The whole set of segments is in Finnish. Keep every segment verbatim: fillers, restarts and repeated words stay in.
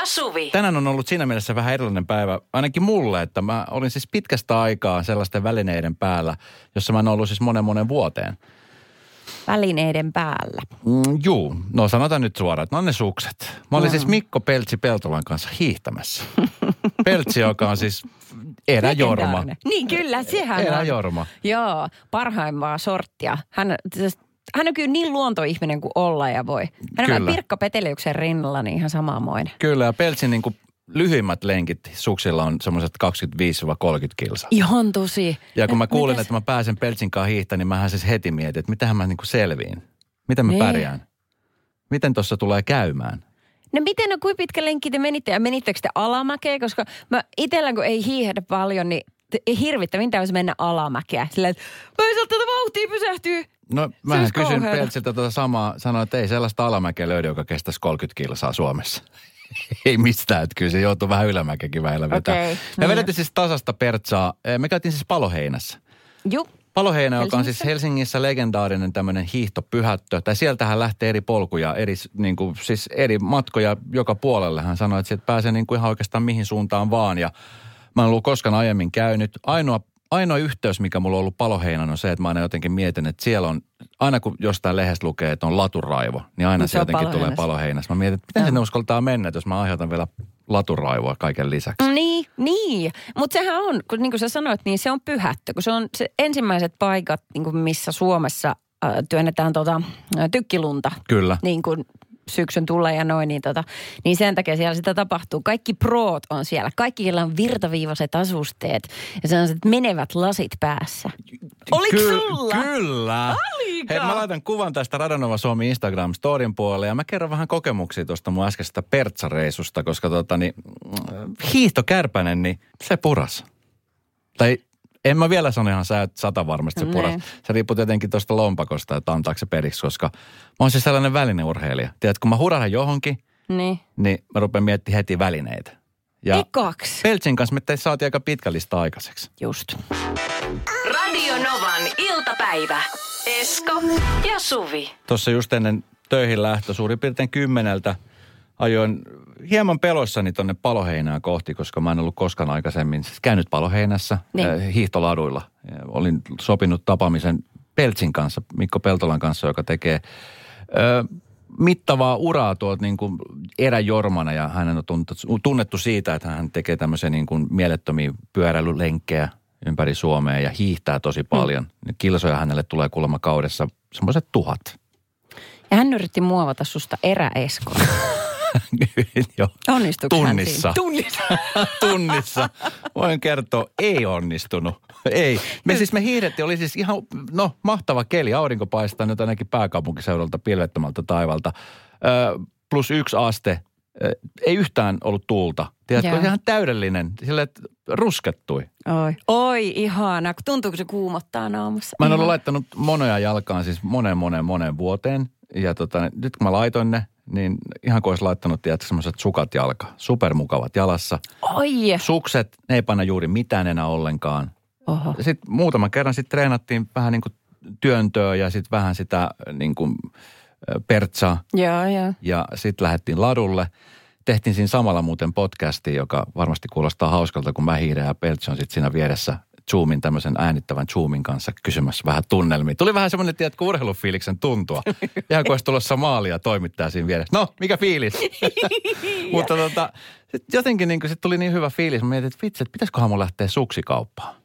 ja Suvi. Tänään on ollut siinä mielessä vähän erilainen päivä, ainakin mulle, että mä olin siis pitkästä aikaa sellaisten välineiden päällä, jossa mä en ollut siis monen monen vuoteen. Välineiden päällä. Mm, juu, no sanotaan nyt suoraan, että no ne sukset. Mä olin no. siis Mikko Peltsi Peltolan kanssa hiihtämässä. Peltsi, joka on siis eräjorma. Niin kyllä, sehän Eräjorma. on. Eräjorma. Joo, parhaimpaa sorttia. Hän, hän on kyllä niin luontoihminen kuin olla ja voi. Hän on vähän Pirkka Peteliuksen rinnalla, niin ihan samanmoinen. Kyllä, ja Peltsin niin kuin lyhyimmät lenkit suksilla on semmoiset kaksikymmentäviisi kolmekymmentä kilsaa. Ihan tosi. Ja kun mä kuulin, Mites? että mä pääsen Peltsin kanssa hiihtämään, niin mähän siis heti mietin, että mitähän mä niin kuin selviin. Miten mä niin. pärjään? Miten tuossa tulee käymään? No miten, no kuinka pitkä lenkki te menitte ja menittekö te alamäkeä? Koska mä itsellä kun ei hiihdä paljon, niin hirvittävintä olisi mennä alamäkeä. Sillä että mä en saa tätä vauhtia pysähtyä. No mähän kysyn Peltsiltä tuota samaa, sanoin, että ei sellaista alamäkeä löydy, joka kestäisi kolmekymmentä kilsaa Suomessa. Ei mistään, että kyllä se joutuu vähän ylämäkeäkin väillä vetää. Okay. Me vedettiin siis tasasta pertsaa. Me käytiin siis Paloheinässä. Juh. Paloheinä, joka on siis Helsingissä legendaarinen tämmöinen hiihtopyhättö. Tai sieltähän lähtee eri polkuja, eri, niin kuin, siis eri matkoja joka puolelle. Hän sanoi, että sieltä pääsee niin kuin ihan oikeastaan mihin suuntaan vaan. Ja mä en ollut koskaan aiemmin käynyt. Ainoa, ainoa yhteys, mikä mulla on ollut Paloheinän, on se, että mä aina jotenkin mietin, että siellä on, aina kun jostain lehdestä lukee, että on laturaivo, niin aina se, se jotenkin tulee Paloheinässä. Mä mietin, että miten sinne uskaltaa mennä, jos mä aiheutan vielä laturaivoa kaiken lisäksi. Niin, niin. Mutta sehän on, kun niin kuin sä sanoit, niin se on pyhättö, kun se on se ensimmäiset paikat, niin kuin missä Suomessa äh, työnnetään tota, äh, tykkilunta. Kyllä. Niin kuin syksyn tulee ja noin, niin, tota, niin sen takia siellä sitä tapahtuu. Kaikki proot on siellä. Kaikilla on virtaviivaiset asusteet ja sellaiset menevät lasit päässä. Oliko Ky- sulla? Kyllä. Oliko? Hei, mä laitan kuvan tästä Radonova Suomi Instagram-storin puolelle ja mä kerron vähän kokemuksia tuosta mun äskeisestä pertsareisusta, koska tota niin, hiihtokärpänen, niin se puras. Tai en mä vielä sano ihan sata varmasti se puras. Se riippuu tietenkin tuosta lompakosta, että antaako se periksi, koska mä oon siis sellainen välineurheilija. Tiedätkö, kun mä hurahdan johonkin, niin, niin mä rupean miettimään heti välineitä. Ja Ekaksi. Peltsin kanssa me saatiin aika pitkällistä aikaiseksi. Just. Radio Novan iltapäivä. Esko ja Suvi. Tuossa just ennen töihin lähtö suurin piirtein kymmeneltä ajoin hieman peloissani tonne Paloheinää kohti, koska mä en ollut koskaan aikaisemmin siis käynyt Paloheinässä niin. äh, hiihtoladuilla. Ja olin sopinut tapaamisen Peltsin kanssa, Mikko Peltolan kanssa, joka tekee äh, mittavaa uraa tuolta niin kuin eräjormana ja hän on tunnettu siitä, että hän tekee tämmöisiä niin kuin mielettömiä pyöräilylenkkejä ympäri Suomea ja hiihtää tosi paljon. Mm. Kilsoja hänelle tulee kuulemma kaudessa semmoiset tuhat. Ja hän yritti muovata susta eräeskoa. Joo. Onnistuiko Tunnissa. hän Tunnissa. Tunnissa. Voin kertoa, ei onnistunut. Ei. Me siis me hiihdettiin, oli siis ihan, no mahtava keli. Aurinko paistaa nyt ainakin pääkaupunkiseudulta pilvettömältä taivalta. Ö, plus yksi aste. Ö, ei yhtään ollut tuulta. Tiedätkö, ihan täydellinen. Sillä, että ruskettui. Oi. Oi, ihana. Tuntuuko se kuumottaa naamassa? Mä en ollut laittanut monoja jalkaan siis moneen, moneen, moneen vuoteen. Ja tota, nyt kun mä laitoin ne, niin ihan kuin olisi laittanut, tiedätkö, semmoiset sukat jalka. Supermukavat jalassa. Oi. Sukset, ne ei panna juuri mitään enää ollenkaan. Oho. Sitten muutaman kerran sitten treenattiin vähän niin kuin työntöä ja sitten vähän sitä niin kuin pertsaa. Joo, joo. Ja sitten lähdettiin ladulle. Tehtiin siinä samalla muuten podcastia, joka varmasti kuulostaa hauskalta, kun mä hiihdän ja Peltsi on sitten siinä vieressä Zoomin, tämmöisen äänittävän Zoomin kanssa kysymässä vähän tunnelmia. Tuli vähän semmoinen, tiedätkö, urheilufiiliksen tuntua. Ihan kuin olisi tulossa maalia toimittaja siinä vieressä. No, mikä fiilis? Mutta tota, jotenkin niin sit tuli niin hyvä fiilis. Mä mietin, että vitsi, että pitäisiköhän mun lähteä suksikauppaan.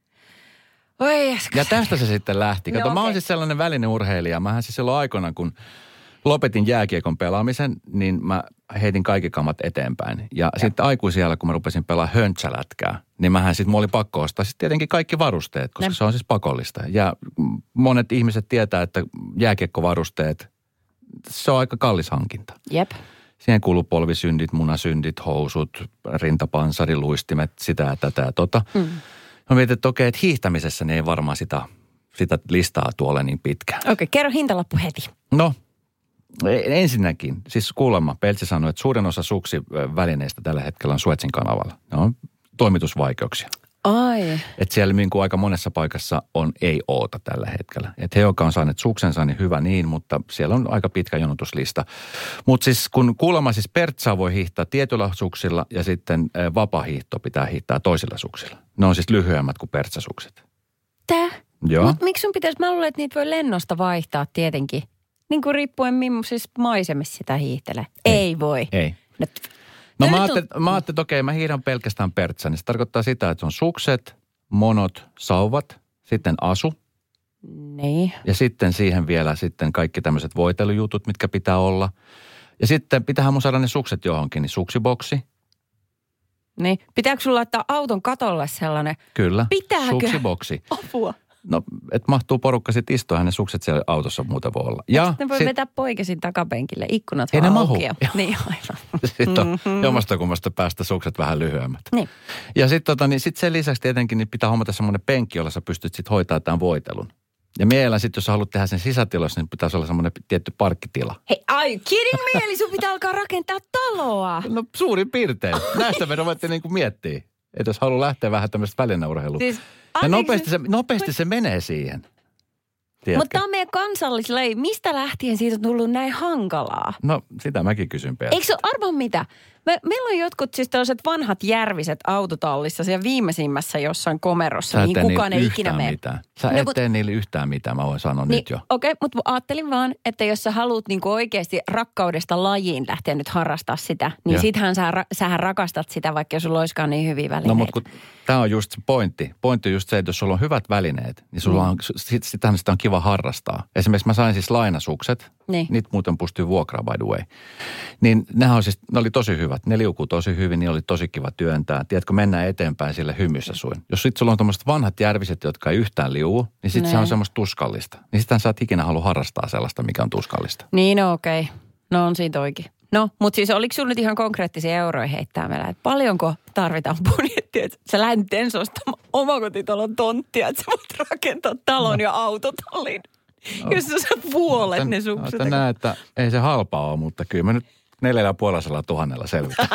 Oi, ja tästä se sitten lähti. Kato, no, mä oon okay. siis sellainen välineurheilija. Mähän siis silloin aikoina, kun lopetin jääkiekon pelaamisen, niin mä heitin kaikki kamat eteenpäin. Ja, ja. sitten aikuisijällä, kun mä rupesin pelaamaan höntsälätkää, niin mähän sitten, mulla oli pakko ostaa sitten tietenkin kaikki varusteet, koska ne. se on siis pakollista. Ja monet ihmiset tietää, että jääkiekkovarusteet, se on aika kallis hankinta. Jep. Siihen kuuluu polvisyndit, munasyndit, housut, rintapansari, luistimet, sitä ja tätä ja tota. Mm. Mä mietin, että okei, että hiihtämisessä niin ei varmaan sitä, sitä listaa tuolle niin pitkään. Okei, okay, kerro hintalappu heti. No, ensinnäkin, siis kuulemma Peltsi sanoi, että suurin osa suksivälineistä tällä hetkellä on Suezin kanavalla. Ne on toimitusvaikeuksia. Ai. Että siellä niin kuin aika monessa paikassa on ei oota tällä hetkellä. Että he, jotka on saaneet suksensa, niin hyvä niin, mutta siellä on aika pitkä jonotuslista. Mutta siis kun kuulemma siis pertsaa voi hiihtää tietyillä suksilla ja sitten vapahiihto pitää hiihtää toisilla suksilla. Ne on siis lyhyemmät kuin pertsasukset. Tää? Joo. Mutta miksi sun pitäisi, mä luulen, että niitä voi lennosta vaihtaa tietenkin. Niin kuin riippuen millaisissa maisemissa sitä hiihtelee. Ei, ei voi. Ei. Nyt. No mä ajattelin, on... mä ajattelin, että okei, mä hiihdän pelkästään pertsaa, niin se tarkoittaa sitä, että on sukset, monot, sauvat, sitten asu. Niin. Ja sitten siihen vielä sitten kaikki tämmöiset voitelujutut, mitkä pitää olla. Ja sitten pitäähän mun saada ne sukset johonkin, niin suksiboksi. Niin. Pitääkö sulla laittaa auton katolle sellainen? Kyllä. Pitääkö? Suksiboksi. Apua. No, että mahtuu porukka sitten istua, ne sukset siellä autossa muuten voi olla. Ja sitten voi sit... vetää poikasin takapenkille, ikkunat ei vaan ne auki. mahu. Niin, aivan. Sitten on mm-hmm. jomasta kummasta päästä sukset vähän lyhyemmät. Niin. Ja sitten tota, niin sit sen lisäksi tietenkin niin pitää hommata semmoinen penkki, jolla sä pystyt sitten hoitaa tämän voitelun. Ja mielellään sitten, jos sä haluat tehdä sen sisätilossa, niin pitäisi olla semmoinen tietty parkkitila. Hei, ai, kidding me, eli sun pitää alkaa rakentaa taloa. No suurin piirtein. Näistä me ruvettiin niin kuin miettiä. Että jos haluaa lähteä vähän tämmöistä välineurheilua. Siis, ja nopeasti se, nopeasti se menee siihen. Mutta tämä on meidän kansallislaji. Mistä lähtien siitä on tullut näin hankalaa? No, sitä mäkin kysyn Petra. Eikö se ole arvon mitä? Me, meillä on jotkut siis tällaiset vanhat järviset autotallissa siellä viimeisimmässä jossain komerossa. Sä niin kukaan ei ikinä mene. Mitään. Sä no, et mut, tee niille yhtään mitään, mä voin sanoa niin, nyt jo. Okei, okay, mutta ajattelin vaan, että jos sä haluat niinku oikeasti rakkaudesta lajiin lähteä nyt harrastaa sitä, niin sittenhän sä, sähän rakastat sitä, vaikka jos sulla olisikaan niin hyviä välineitä. No mutta tämä on just se pointti. Pointti on just se, että jos sulla on hyvät välineet, niin sulla mm. on, sit, sitähän sitä on kiva harrastaa. Esimerkiksi mä sain siis lainasukset. Niin. Niitä muuten pystyy vuokraa by the way. Niin nehän on siis, ne oli tosi hyvät. Ne liukuu tosi hyvin, niin oli tosi kiva työntää. Tiedätkö, mennään eteenpäin sille hymyssä suin. Jos sit sulla on tommoset vanhat järviset, jotka ei yhtään liuu, niin sit se on semmoista tuskallista. Niin sitähän sä et ikinä halua harrastaa sellaista, mikä on tuskallista. Niin, no okei. Okay. No on siitä oikein. No, mutta siis oliko sinulla nyt ihan konkreettisia euroja heittää meillä, että paljonko tarvitaan budjettia, että sä lähdet ensin ostamaan omakotitalon tonttia, että sä voit rakentaa talon no. ja autotallin. No. Jos sä vuolet Otan, ne sukset. Otan näin, että ei se halpaa ole, mutta kyllä mä nyt neljällä ja puolisella tuhannella selvitään.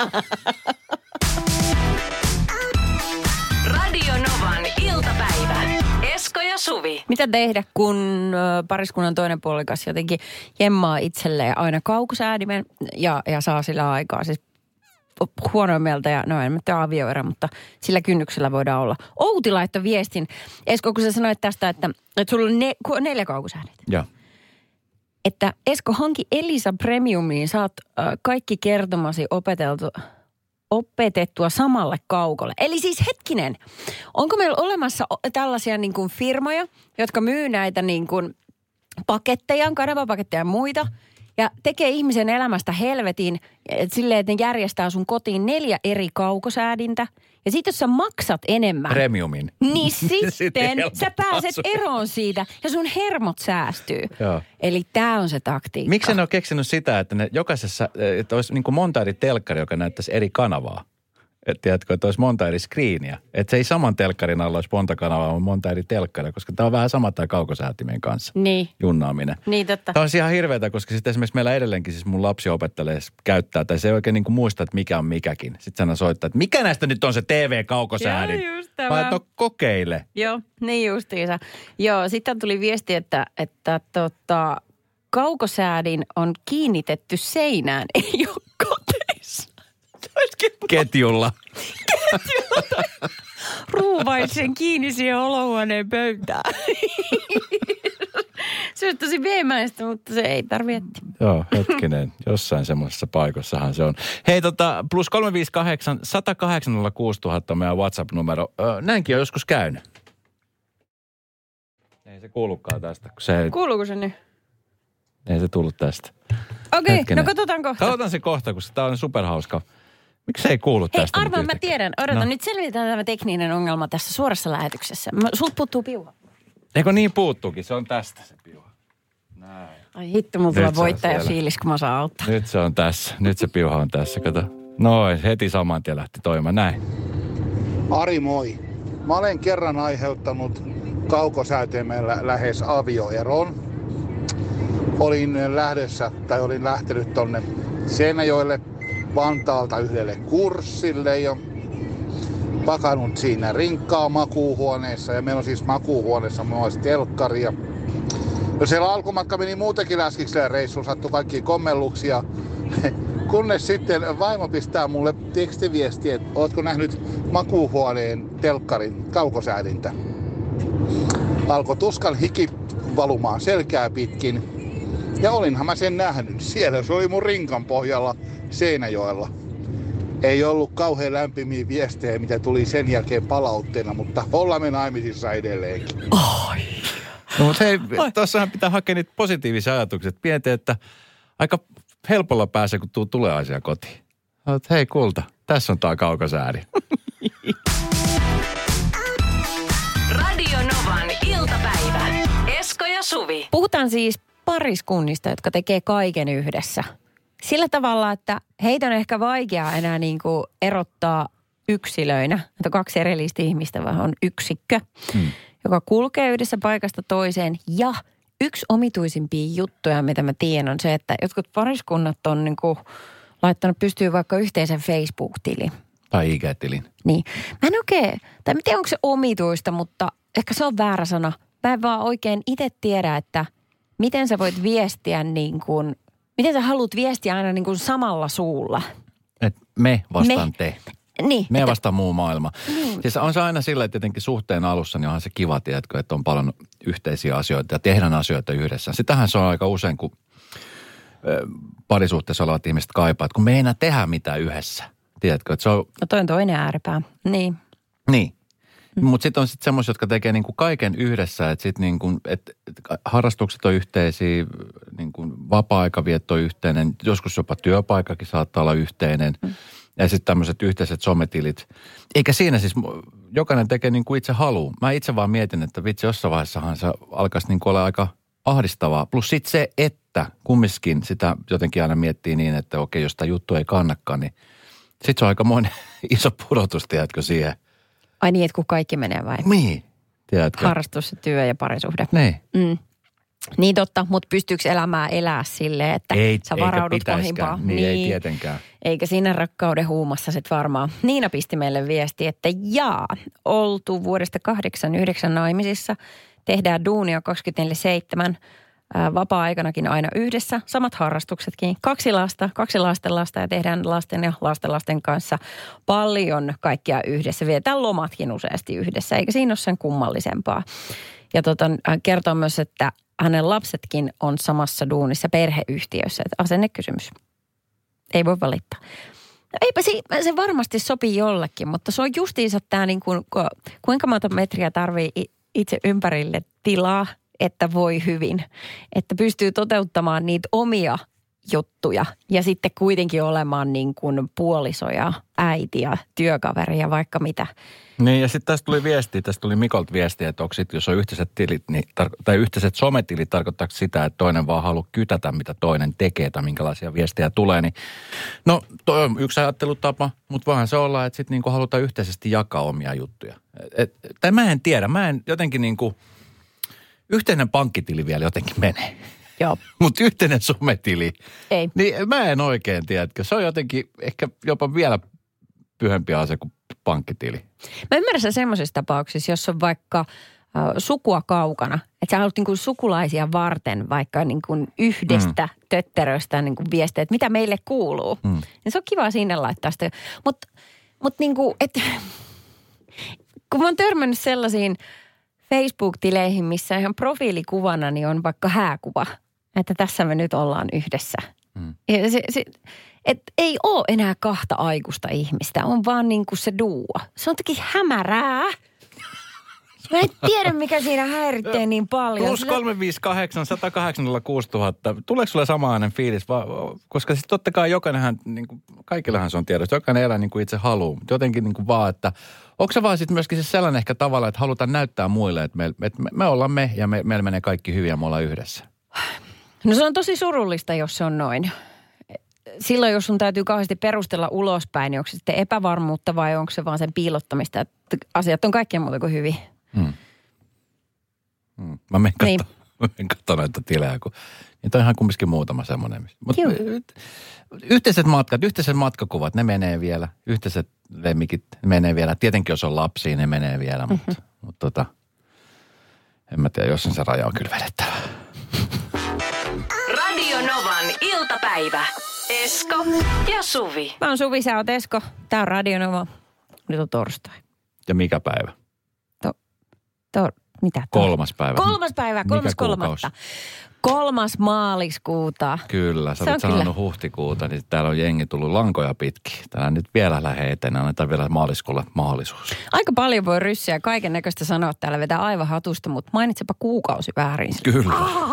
Radio Novan iltapäivä. Esko ja Suvi. Mitä tehdä, kun pariskunnan toinen puolikas jotenkin jemmaa itselleen aina kaukosäädimen ja, ja saa sillä aikaa siis huonoimmelta ja no en mä tiedä avioera, mutta sillä kynnyksellä voidaan olla. Outi laittoi viestin. Esko, kun sä sanoit tästä, että, että sulla on ne, neljä kaukosäädintä. Joo. Että Esko, hanki Elisa Premiumiin, saat äh, kaikki kertomasi opeteltu, opetettua samalle kaukolle. Eli siis hetkinen, onko meillä olemassa tällaisia niin kuin firmoja, jotka myy näitä niin kuin paketteja, kanavapaketteja ja muita, ja tekee ihmisen elämästä helvetin et silleen, että ne järjestää sun kotiin neljä eri kaukosäädintä. Ja sitten jos sä maksat enemmän. Premiumin. Niin sitten sä pääset eroon siitä ja sun hermot säästyy. Joo. Eli tää on se taktiikka. Miksi ne on keksinyt sitä, että ne jokaisessa, että olisi niin kuin monta eri telkkari, joka näyttäisi eri kanavaa? Että tiedätkö, että olisi monta eri screeniä. Että se ei saman telkkarin alla olisi monta kanavaa, vaan monta eri telkkaria, koska tämä on vähän sama tämä kaukosäätimen kanssa. Niin. Junnaaminen. Niin, totta. Tämä on ihan hirveätä, koska sitten esimerkiksi meillä edelleenkin siis mun lapsi opettelee käyttää, tai se ei oikein niin kuin muista, että mikä on mikäkin. Sitten sana soittaa, että mikä näistä nyt on se T V-kaukosäädin? Joo, just tämä. Vai että kokeile. Joo, niin justiinsa. Joo, sitten tuli viesti, että, että tota, kaukosäädin on kiinnitetty seinään, ei ole koteissa. Ketjulla. Ketjulla. Ruuvait sen kiinni siihen olohuoneen pöytään. Se on tosi veemäistä, mutta se ei tarvitse. Joo, hetkinen. Jossain semmoisessa paikassahan se on. Hei tota, plus kolme viisi kahdeksan, yksi nolla kahdeksan nolla kuusi nolla nolla nolla meidän WhatsApp-numero. Ö, näinkin on joskus käynyt. Ei se kuulukaan tästä. Kun se ei... Kuuluuko se nyt? Ei se tullut tästä. Okei, okay, no katsotaan kohta. Katsotaan se kohta, kun tämä on superhauska. Miksi se ei kuulu Hei, tästä? Hei, arvaa, mä tiedän. Odota, no. Nyt selvitään tämä tekninen ongelma tässä suorassa lähetyksessä. Sulta puuttuu piuha. Eikö niin puuttuukin? Se on tästä se piuha. Näin. Ai hitto, mulla tulee voittajafiilis, kun mä saan auttaa. Nyt se on tässä. Nyt se piuha on tässä. Kato. Noin, heti saman tien lähti toimimaan. Näin. Ari, moi. Mä olen kerran aiheuttanut kaukosäätimellä lähes avioeron. Olin lähdössä, tai olin lähtenyt tonne Seinäjoelle Vantaalta yhdelle kurssille. Ja pakannut siinä rinkkaa makuuhuoneessa ja meillä on siis makuuhuoneessa mulla olisi telkkaria. No siellä alkumatka meni muutenkin läskiksellä reissuun, sattui kaikkia kommelluksia. Kunnes sitten vaimo pistää mulle tekstiviestiä, että ootko nähnyt makuuhuoneen telkkarin kaukosäädintä. Alkoi tuskan hiki valumaan selkää pitkin. Ja olinhan mä sen nähnyt. Siellä se oli mun rinkan pohjalla Seinäjoella. Ei ollut kauhean lämpimiä viestejä, mitä tuli sen jälkeen palautteena, mutta ollaan me naimisissa edelleenkin. Oi. No mutta hei, tuossahan pitää hakea niitä positiivisia ajatuksia. Mietin, että aika helpolla pääsee, kun tuu tulee asia kotiin. Olet, hei kulta, tässä on tää kaukosääri. Radio Novan iltapäivä. Esko ja Suvi. Puhutaan siis pariskunnista, jotka tekee kaiken yhdessä. Sillä tavalla, että heitä on ehkä vaikeaa enää niin kuin erottaa yksilöinä. Että kaksi erillistä ihmistä, vaan on yksikkö, hmm. joka kulkee yhdessä paikasta toiseen. Ja yksi omituisimpia juttuja, mitä mä tiedän, on se, että jotkut pariskunnat on niin kuin laittanut pystyyn vaikka yhteisen Facebook-tilin. Tai I G-tilin. Niin. Mä en oikein, tai en tiedä onko se omituista, mutta ehkä se on väärä sana. Mä en vaan oikein itse tiedä, että miten sä voit viestiä niin kuin, miten sä haluat viestiä aina niin kuin samalla suulla. Et me vastaan me. te. Niin. Me että, vastaan muu maailma. Niin. Siis on se aina sillä, että tietenkin suhteen alussa niin onhan se kiva, tiedätkö, että on paljon yhteisiä asioita ja tehdään asioita yhdessä. Sitähän se on aika usein, kun parisuhteessa olevat ihmiset kaipaa, että kun me ei enää tehdä mitään yhdessä. Tiedätkö, että se on... No toi on toinen ääripää. Niin. Niin. Mm. Mutta sitten on sitten semmoisia, jotka tekee niinku kaiken yhdessä, että sitten niinku, et, et harrastukset on yhteisiä, niinku vapaa-aikavietto on yhteinen, joskus jopa työpaikkakin saattaa olla yhteinen. Mm. Ja sitten tämmöiset yhteiset sometilit. Eikä siinä siis, jokainen tekee niin kuin itse haluaa. Mä itse vaan mietin, että vitsi jossain vaiheessahan se alkaisi niin kuin olla aika ahdistavaa. Plus sitten se, että kumminkin sitä jotenkin aina miettii niin, että okei, jos tämä juttu ei kannakaan, niin sitten se on aikamoinen iso pudotus, tiedätkö, siihen. Ai niin, että kun kaikki menee vai? Niin, tiedätkö. Harrastus, työ ja parisuhde. Niin. Mm. Niin totta, mutta pystyykö elämää elää silleen, että ei, sä varaudut pahimpaan? Niin, niin, ei tietenkään. Eikä siinä rakkauden huumassa sit varmaan. Niina pisti meille viesti, että jaa, oltu vuodesta kahdeksankymmentäyhdeksän naimisissa, tehdään duunia kaksikymmentäneljä seitsemän, vapaa-aikanakin aina yhdessä, samat harrastuksetkin, kaksi lasta, kaksi lastenlasta ja tehdään lasten ja lastenlasten kanssa paljon kaikkia yhdessä. Vietään lomatkin useasti yhdessä, eikä siinä ole sen kummallisempaa. Ja tota, hän kertoo myös, että hänen lapsetkin on samassa duunissa perheyhtiössä. Että asennekysymys. Ei voi valittaa. No eipä se, se varmasti sopii jollekin, mutta se on justiinsa tämä niin kuin, kuinka monta metriä tarvii itse ympärille tilaa, että voi hyvin. Että pystyy toteuttamaan niitä omia juttuja ja sitten kuitenkin olemaan niin kuin puoliso ja äiti ja työkaveri ja vaikka mitä. Niin ja sitten tästä tuli viesti, tästä tuli Mikolta viestiä, että onko sit, jos on yhteiset tilit, niin, tai yhteiset sometilit, tarkoittaako sitä, että toinen vaan haluaa kytätä, mitä toinen tekee tai minkälaisia viestejä tulee. Niin, no toi on yksi ajattelutapa, mutta voihan se olla, että sitten niinku halutaan yhteisesti jakaa omia juttuja. Et, tai mä en tiedä, mä en jotenkin niinku, yhteinen pankkitili vielä jotenkin menee. Joo. Mutta yhteinen sometili, ei. Niin mä en oikein tiedätkö. Se on jotenkin ehkä jopa vielä pyhempi asia kuin pankkitili. Mä ymmärrän sen semmoisissa tapauksissa, jos on vaikka äh, sukua kaukana. Että sä haluat niin kuin sukulaisia varten vaikka niin kuin yhdestä mm. tötteröstä niin kuin viestiä, että mitä meille kuuluu. Mm. Ja se on kiva siinä laittaa sitä. Mutta mut niin kuin, että kun mä oon törmännyt sellaisiin Facebook-tileihin, missä ihan profiilikuvana niin on vaikka hääkuva, että tässä me nyt ollaan yhdessä. Mm. Ja se, se, et ei ole enää kahta aikuista ihmistä, on vaan niin kuin se duo. Se on toki hämärää. Mä en tiedä, mikä siinä häiritsee niin paljon. Plus kolme viisi kahdeksan, sata kahdeksan nolla kuusi tuhatta. Tuleeko sulle samainen fiilis? Va, koska siis totta kai jokainenhan, niin kuin, kaikillahan se on tiedossa, jokainen elää niin kuin itse haluaa. Mutta jotenkin niin kuin vaan, että onko se vaan sitten myöskin se sellainen ehkä tavalla, että halutaan näyttää muille, että me, että me, me ollaan me ja me, meillä menee kaikki hyvin ja me ollaan yhdessä? No se on tosi surullista, jos se on noin. Silloin, jos sun täytyy kauheasti perustella ulospäin, niin onko se sitten epävarmuutta vai onko se vaan sen piilottamista, että asiat on kaikkien muuta kuin hyvin. Hmm. Hmm. Mä menen niin. katsomaan noita tilejä, kun niitä on ihan kumminkin muutama semmoinen. Mutta yhteiset matkat, yhteiset matkakuvat, ne menee vielä. Yhteiset lemmikit menee vielä. Tietenkin jos on lapsia, ne menee vielä, mutta, mm-hmm. mutta tota, en mä tiedä, jos on se raja on kyllä vedettävä. Radio Novan iltapäivä. Esko ja Suvi. Mä oon Suvi, sä oot Esko. Tää on Radio Nova. Nyt on torstai. Ja mikä päivä? To, to, mitä? To? Kolmas päivä. Kolmas päivä, kolmas kolmatta. Kolmas maaliskuuta. Kyllä, sä Se olet sanonut kyllä. Huhtikuuta, niin täällä on jengi tullut lankoja pitkin. Täällä nyt vielä lähde eteen, annetaan vielä maaliskuulle mahdollisuus. Aika paljon voi ryssiä ja kaiken näköistä sanoa täällä, vetää aivan hatusta, mutta mainitsepa kuukausi väärin. Kyllä.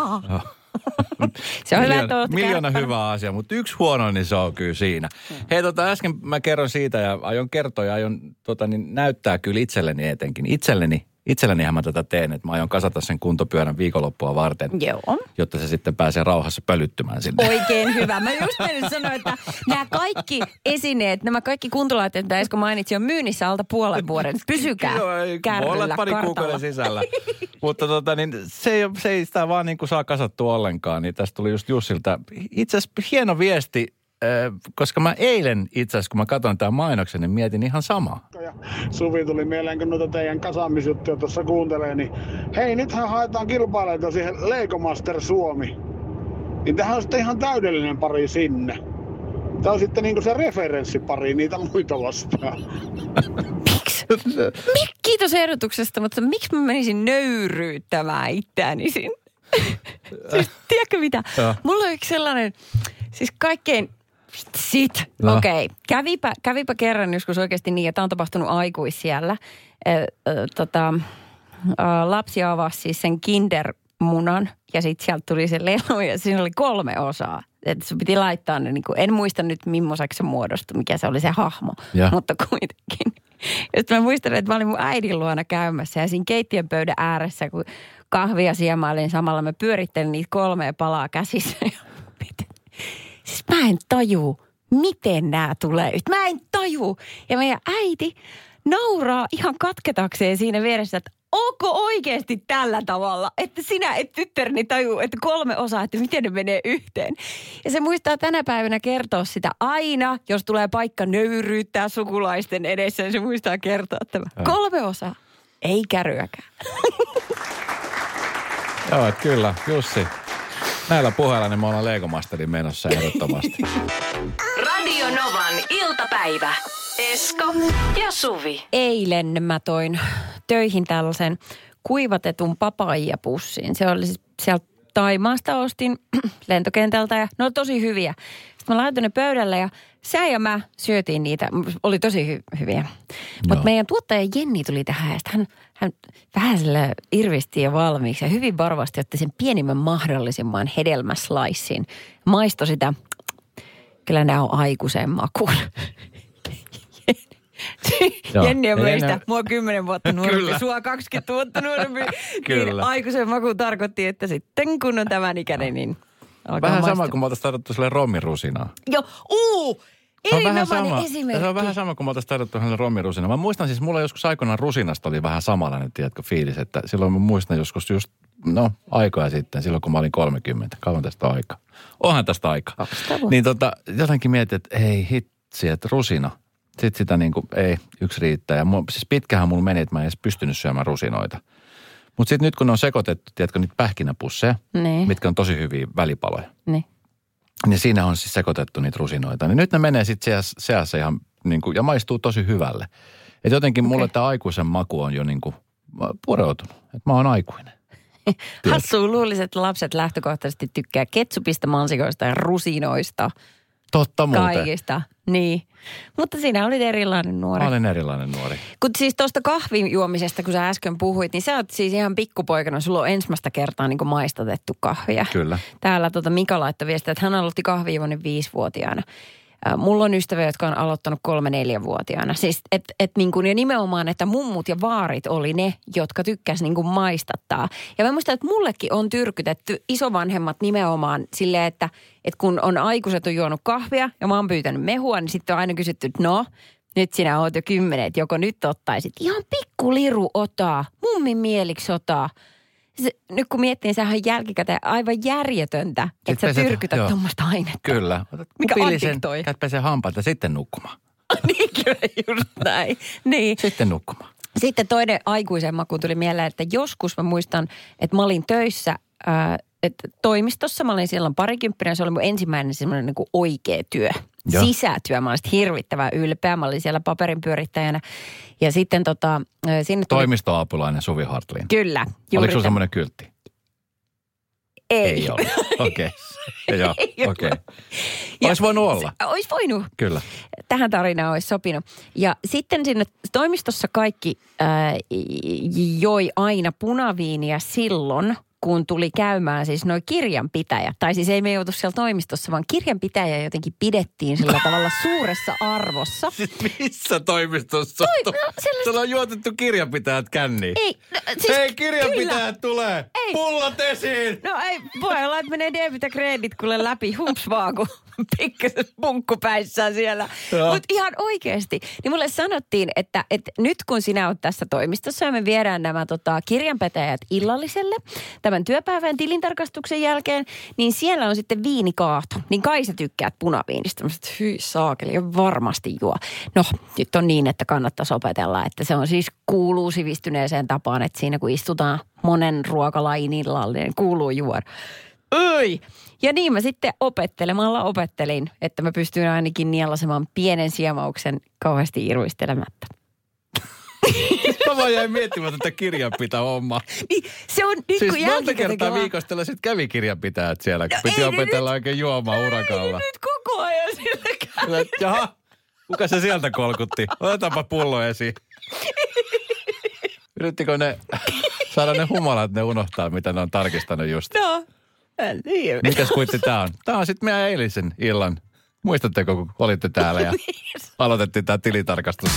Se on miljoona, hyvä, että olet miljoona hyvä asia, mutta yksi huono, niin se on kyllä siinä. Hmm. Hei, tota, äsken mä kerron siitä ja aion kertoa ja aion tota, niin näyttää kyllä itselleni etenkin. Itselleni, itsellenihän mä tätä teen, että mä aion kasata sen kuntopyörän viikonloppua varten. Joo. Jotta se sitten pääsee rauhassa pölyttymään sinne. Oikein hyvä. Mä just menin sanoa, että nämä kaikki esineet, nämä kaikki kuntolaitteet, mitä Esko mainitsi, on myynnissä alta puolen vuoden. Pysykää kärryllä pari kuukauden sisällä. Mutta tota, niin se, ei, se ei sitä vaan niin kuin saa kasattua ollenkaan. Niin tästä tuli just Jussilta itse asiassa hieno viesti, koska mä eilen itse asiassa, kun mä katsoin tämän mainoksen, niin mietin ihan samaa. Suvi tuli mieleen, kun noita teidän kasaamisjuttuja tuossa kuuntelee, niin hei, nythän haetaan kilpailijoita siihen Lego Master Suomi. Niin tämähän on sitten ihan täydellinen pari sinne. Tämä on sitten niinku se referenssipari niitä muita vastaan. Miksi? Mik, kiitos ehdotuksesta, mutta miksi mä menisin nöyryyttämään itseäni sinne? Siis, tiedätkö mitä? Ja. Mulla on yksi sellainen, siis kaikkein, sit, no. okei, okay. kävipä, kävipä kerran joskus oikeasti niin, että on tapahtunut aikuis siellä. E, e, tota, e, lapsi avasi siis sen kindermunan ja sitten sieltä tuli se lelu ja siinä oli kolme osaa. Että sun piti laittaa ne, niin kuin, en muista nyt millaiseksi se muodostui, mikä se oli se hahmo, ja. Mutta kuitenkin. Ja sitten mä muistan, että mä olin mun äidin luona käymässä ja siinä keittiön pöydän ääressä, kun kahvia siemailin samalla, mä pyörittelin niitä kolmea palaa käsissä. Siis mä en taju, miten nämä tulee. Mä en taju. Ja meidän äiti nauraa ihan katketakseen siinä vieressä, että onko oikeasti tällä tavalla, että sinä et tyttärni tajuu, että kolme osaa, että miten ne menee yhteen. Ja se muistaa tänä päivänä kertoa sitä aina, jos tulee paikka nöyryyttää sukulaisten edessä, niin se muistaa kertoa tämä. Kolme osaa, ei kärryäkään. Joo, kyllä, Jussi. Näillä puheilla niin me ollaan Lego Masterin menossa ehdottomasti. Radio Novan iltapäivä. Esko ja Suvi. Eilen mä toin töihin tällaisen kuivatetun papaijapussin. Se oli siis sieltä Taimaasta ostin lentokentältä ja ne oli tosi hyviä. Sitten mä laitoin ne pöydälle ja sä ja mä syötiin niitä. Oli tosi hy- hyviä. Mutta meidän tuottaja Jenni tuli tähän ja hän, hän vähän sillä irvisti jo valmiiksi ja hyvin varovasti otti sen pienimmän mahdollisimman hedelmäslaissin. Maistoi sitä. Kyllä nämä on aikuisen makuun. Jenni on meistä, ne... mua kymmenen vuotta nuorempi, sua kaksikymmentä vuotta nuorempi. Niin aikuisen maku tarkoitti, että sitten kun on tämän ikäinen, niin alkaa vähän maistua. sama kuin me oltaisiin tarjottu sille rommirusinaa. Joo, uu! Erinomainen esimerkki. Se on vähän sama kuin me oltaisiin tarjottu hänelle rommirusinaa. Mä muistan siis, mulla joskus aikoinaan rusinasta oli vähän samanlainen, tiedätkö, fiilis, että silloin mä muistan joskus just, no, aikoja sitten, silloin kun mä olin kolmekymmentä. Kauan tästä aikaa. Onhan tästä aikaa. Niin tota, jotenkin mietin, että ei hitsi, että rusina. Sitten sitä niin kuin, ei, yksi riittää. Ja mua, siis pitkähän mulla meni, että mä en edes pystynyt syömään rusinoita. Mutta sitten nyt kun ne on sekoitettu, tiedätkö, niitä pähkinäpusseja, niin. Mitkä on tosi hyviä välipaloja. Niin. Niin siinä on siis sekoitettu niitä rusinoita. Niin nyt ne menee sitten seassa ihan niin kuin, ja maistuu tosi hyvälle. Että jotenkin okay. Mulle tämä aikuisen maku on jo niin kuin pureutunut. Että mä oon aikuinen. Hassua, luulisin, että lapset lähtökohtaisesti tykkää ketsupista, mansikoista ja rusinoista. Totta muuten. Kaikista, niin. Mutta sinä olit erilainen nuori. Mä olin erilainen nuori. Kun siis tuosta kahvin juomisesta, kun sä äsken puhuit, niin sä oot siis ihan pikkupoikana, sulla on ensimmäistä kertaa niin kuin maistatettu kahvia. Kyllä. Täällä tota Mika laittoi viestiä, että hän aloitti kahvijuonnin viisivuotiaana. Mulla on ystäviä, jotka on aloittanut kolme-neljävuotiaana. Siis, et, et niin kuin, ja nimenomaan, että mummut ja vaarit oli ne, jotka tykkäs niin kuin maistattaa. Ja mä muistan, että mullekin on tyrkytetty isovanhemmat nimenomaan silleen, että, että kun on aikuiset on juonut kahvia ja mä oon pyytänyt mehua, niin sitten on aina kysytty, että no, nyt sinä oot jo kymmenen, että joko nyt ottaisit. Ihan pikku liru otaa, mummin mieliksi otaa. Se, nyt kun miettii, sehän on jälkikäteen aivan järjetöntä, että sä tyrkytät tuommoista ainetta. Kyllä. Mikä addiktoi. Käyt pesee hampaat ja sitten nukkumaan. Niin kyllä, just näin. Niin. Sitten nukkumaan. Sitten toinen aikuisen maku tuli mieleen, että joskus mä muistan, että mä olin töissä ää, että toimistossa. Mä olin silloin parikymppinen, se oli mun ensimmäinen semmoinen niin kuin oikea työ. Joo. Sisätyö. Mä olin hirvittävän ylpeä. Mä olin siellä paperin pyörittäjänä. Ja sitten tota, sinne tuli... Toimistoapulainen Suvi Hartlin. Kyllä. Oliko sulla semmoinen kyltti? Ei. Ei ole. Okei. Okay. Joo, okei. Okay. Olisi voinut olla. Olisi voinut. Kyllä. Tähän tarinaan olisi sopinut. Ja sitten sinne toimistossa kaikki ää, joi aina punaviiniä silloin, kun tuli käymään siis noi kirjanpitäjät. Tai siis ei me joutu siellä toimistossa, vaan kirjanpitäjä jotenkin pidettiin sillä tavalla suuressa arvossa. Siis missä toimistossa? Toi, no, sellaista... Siellä on juotettu kirjanpitäjät känniin. Ei, no, siis hei, kirjanpitäjät kyllä. Tulee! Ei. Pullot esiin! No ei, voi olla, että menee debit ja kredit kuule läpi. Humps vaan, kun pikkasen punkkupäissään siellä. Mutta ihan oikeasti. Niin mulle sanottiin, että, että nyt kun sinä olet tässä toimistossa ja me viedään nämä tota, kirjanpitäjät illalliselle tämän työpäivän tilintarkastuksen jälkeen, niin siellä on sitten viinikaato. Niin kai sä tykkäät punaviinistä. Mä sanoin, hyi saakeli, ja varmasti juo. No, nyt on niin, että kannattaisi opetella, että se on siis kuuluu sivistyneeseen tapaan, että siinä kun istutaan monen ruokalain illallinen, niin kuuluu juoda. Öi! Ja niin mä sitten opettelemalla opettelin, että mä pystyin ainakin nielasemaan pienen siemauksen kauheasti irvistelemättä. Mä vaan jäin miettimään tätä kirjanpito-hommaa. Niin, se on nyt siis kun monta kertaa viikossa tällaiset kävi kirjanpitäjät siellä, kun no, piti opetella nyt, oikein juomaan urakalla. Ei nyt koko ajan sillä kävi. Jaha, kuka se sieltä kolkutti? Otetaanpa pullo esiin. Yrittikö ne saada ne humalat, ne unohtaa, mitä ne on tarkistanut just? No, en tiedä. Mikäs kuitti tää on? Tää on sitten meidän eilisen illan. Muistatteko, kun olitte täällä ja aloitettiin tää tilitarkastus?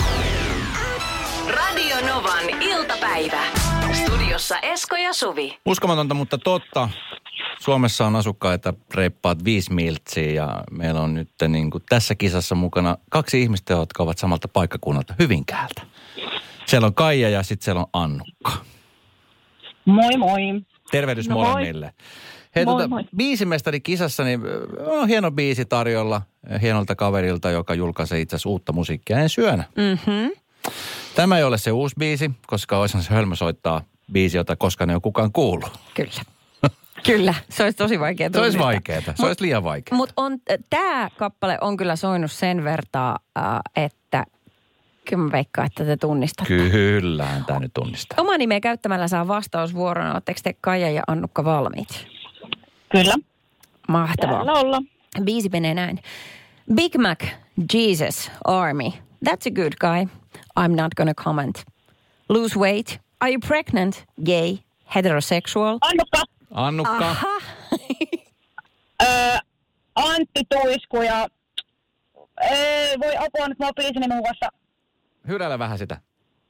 Radio Novan iltapäivä. Studiossa Esko ja Suvi. Uskomatonta, mutta totta. Suomessa on asukkaita reippaat viisi miltsiä ja meillä on nyt niin kuin tässä kisassa mukana kaksi ihmistä, jotka ovat samalta paikkakunnalta Hyvinkäältä. Siellä on Kaija ja sitten siellä on Annukka. Moi moi. Tervehdys no molemmille. Hei, moi, tuota, moi. biisimestari kisassa, niin on hieno biisi tarjolla hienolta kaverilta, joka julkaisee itse asiassa uutta musiikkia ensi yönä. Mhm. Tämä ei ole se uusi biisi, koska olisihan se hölmö soittaa biisi, jota koskaan ei ole kukaan kuullut. Kyllä. Kyllä, se olisi tosi vaikea tunnistaa. Se olisi vaikeaa, se mut, olisi liian vaikeaa. Mutta tämä kappale on kyllä soinut sen vertaa, äh, että kyllä mä veikkaan, että te tunnistatte. Kyllähän tämä nyt tunnistaa. Oma nimeä käyttämällä saa vastausvuoron. Oletteko te Kaija ja Annukka valmiit? Kyllä. Mahtavaa. Täällä olla. Biisi menee näin. Big Mac, Jesus, Army. That's a good guy. I'm not gonna comment. Lose weight. Are you pregnant? Gay? Heterosexual? Annukka. Annukka. Aha. Öö, Antti Tuisku ja... Ei, voi apua nyt, mä oon biisini muun muassa. Hyrällä vähän sitä.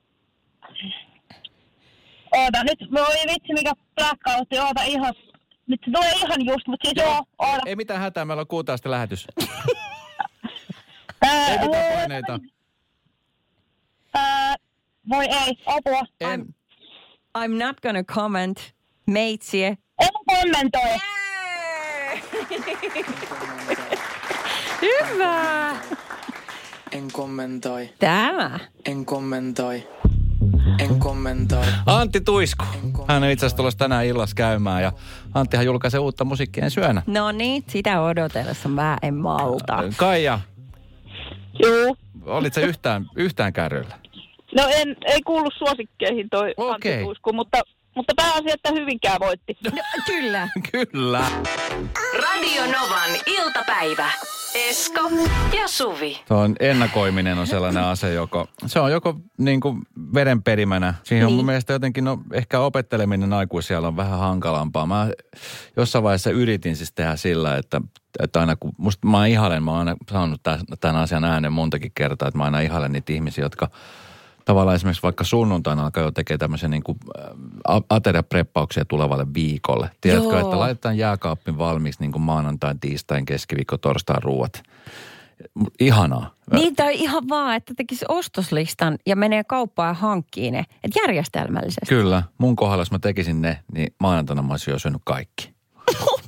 Oota, nyt voi vitsi mikä blackoutti, oota ihan... Nyt se tulee ihan just, mutta siis joo, joo oota. Ei mitään hätää, meillä on kuultaa sitten lähetys. Öö, ei mitään paineita. Öö, voi ei, apua. En. I'm, I'm not gonna comment. Meitsie. En kommentoi. Hyvä. En kommentoi. Tämä. En kommentoi. En kommentoi. Antti Tuisku. Hän on itse asiassa tulossa tänään illassa käymään ja Anttihan julkaisee uutta musiikkia ensi yönä. No niin, sitä odotellessa mä en malta. Kaija. Joo. Olit sä yhtään, yhtään kärryllä? No en, ei kuulu suosikkeihin toi Okei. Antti Tuisku, mutta, mutta pääasia, että Hyvinkää voitti. No, kyllä. Kyllä. Radio Novan iltapäivä. Esko ja Suvi. Tuon ennakoiminen on sellainen ase, joko, se on joko niin kuin verenperimänä. Siihen on niin. mun mielestä jotenkin, no ehkä opetteleminen aikuisella on vähän hankalampaa. Mä jossain vaiheessa yritin siis tehdä sillä, että, että aina kun, musta mä ihailen, mä oon aina sanonut tämän asian äänen montakin kertaa, että mä aina ihailen niitä ihmisiä, jotka tavallaan esimerkiksi vaikka sunnuntaina alkaa jo tekee tämmöisiä niin kuin ateriapreppauksia tulevalle viikolle. Tiedätkö, Joo. että laitetaan jääkaappin valmiiksi niin kuin maanantain, tiistain, keskiviikko, torstain ruuat. Ihanaa. Niitä on ihan vaan, että tekisi ostoslistan ja menee kauppaan ja hankkii ne. Että järjestelmällisesti. Kyllä. Mun kohdalla, jos mä tekisin ne, niin maanantaina mä olisin jo syönyt kaikki.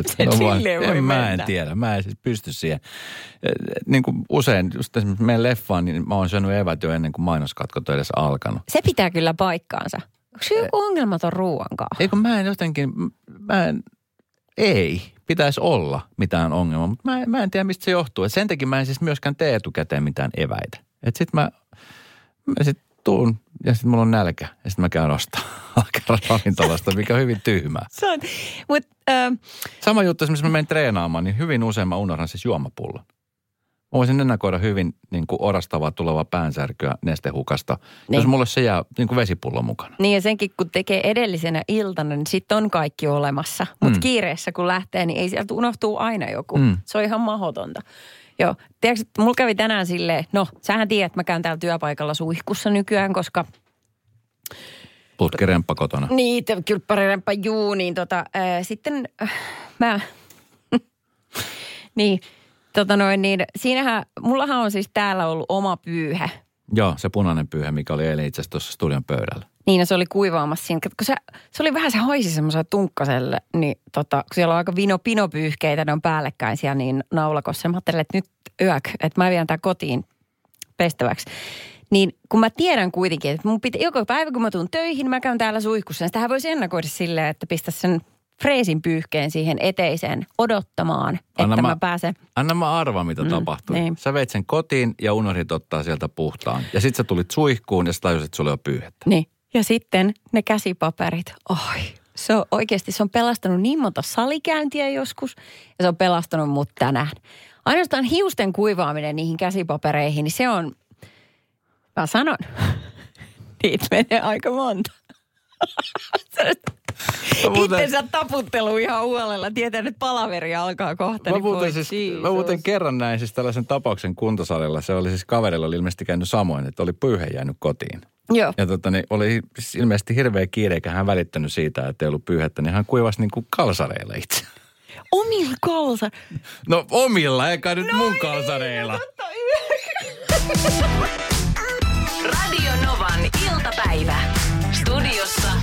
Se no, silleen voi en, Mä en mennä. tiedä, mä en siis pysty siihen. Niin kuin usein, just esimerkiksi meidän leffaan, niin mä oon syönyt evät jo ennen kuin mainoskatkot on edes alkanut. Se pitää kyllä paikkaansa. Onko se joku ongelma ton ruoan kanssa? Eikö mä en jotenkin, mä en, ei, pitäisi olla mitään ongelmaa, mutta mä, mä en tiedä mistä se johtuu. Et sen takia mä en siis myöskään tee etukäteen mitään eväitä. Että sit mä, mä sit tuun ja sit mulla on nälkä ja sit mä käyn ostaa ravintolasta, mikä on hyvin tyhmää. Se on, mut, äh, Sama juttu, esimerkiksi mä menen treenaamaan, niin hyvin usein mä unohdan siis juomapullon. Mä voisin ennakoida hyvin niin kuin orastavaa tulevaa päänsärkyä nestehukasta, niin. Jos mulle se jää niin kuin vesipullo mukana. niin ja senkin kun tekee edellisenä iltana, niin sitten on kaikki olemassa. Mutta Mm. kiireessä kun lähtee, niin ei sieltä unohtuu aina joku. Mm. Se on ihan mahdotonta. Joo, tiedätkö, mulla kävi tänään silleen, no sähän tiedät, että mä käyn täällä työpaikalla suihkussa nykyään, koska Putkiremppa kotona. niin, kylppäriremppa juu, niin tota, ää, sitten äh, mä, niin, tota noin, niin siinähän, mullahan on siis täällä ollut oma pyyhe. Joo, se punainen pyyhe, mikä oli eilen itse asiassa tuossa studion pöydällä. Niin, ja se oli kuivaamassa siinä. Kun se, se oli vähän, se haisi semmoiselle tunkkaselle, niin tota, kun siellä on aika vino pinopyyhkeitä, ne on päällekkäin siellä niin naulakossa. Mä ajattelin, että nyt yök, että mä vien tää kotiin pestäväksi. Niin kun mä tiedän kuitenkin, että mun pitää, joka päivä kun mä tuun töihin, mä käyn täällä suihkussa. Sitähän voisi ennakoida silleen, että pistä sen freesin pyyhkeen siihen eteiseen odottamaan, Anna että mä, mä- mä pääsen. Anna mä arvaa, mitä mm, tapahtui. niin. Sä veit sen kotiin ja unohdit ottaa sieltä puhtaan. Ja sit sä tulit suihkuun ja sä tajusit, että sulla on pyyhettä. Niin. Ja sitten ne käsipaperit. Oi, se on oikeasti, se on pelastanut niin monta salikäyntiä joskus. Ja se on pelastanut mut tänään. Ainoastaan hiusten kuivaaminen niihin käsipapereihin, niin se on, mä sanon, niitä menee aika monta. Itsensä taputtelu ihan huolella. Tietää, että palaveri alkaa kohta. Mä niin muuten, voi siis, Jeesus. mä muuten kerran näin siis tällaisen tapauksen kuntosalilla. Se oli siis kaverilla oli ilmeisesti käynyt samoin, että oli pyyhe jäänyt kotiin. Joo. Ja tota, niin oli siis ilmeisesti hirveä kiire, eikä hän välittänyt siitä, että ei ollut pyyhettä, niin hän kuivasi niin kuin kalsareilla itse. Omilla kalsa. No omilla, eikä nyt mun kalsareilla. Radio Novan iltapäivä. Studiossa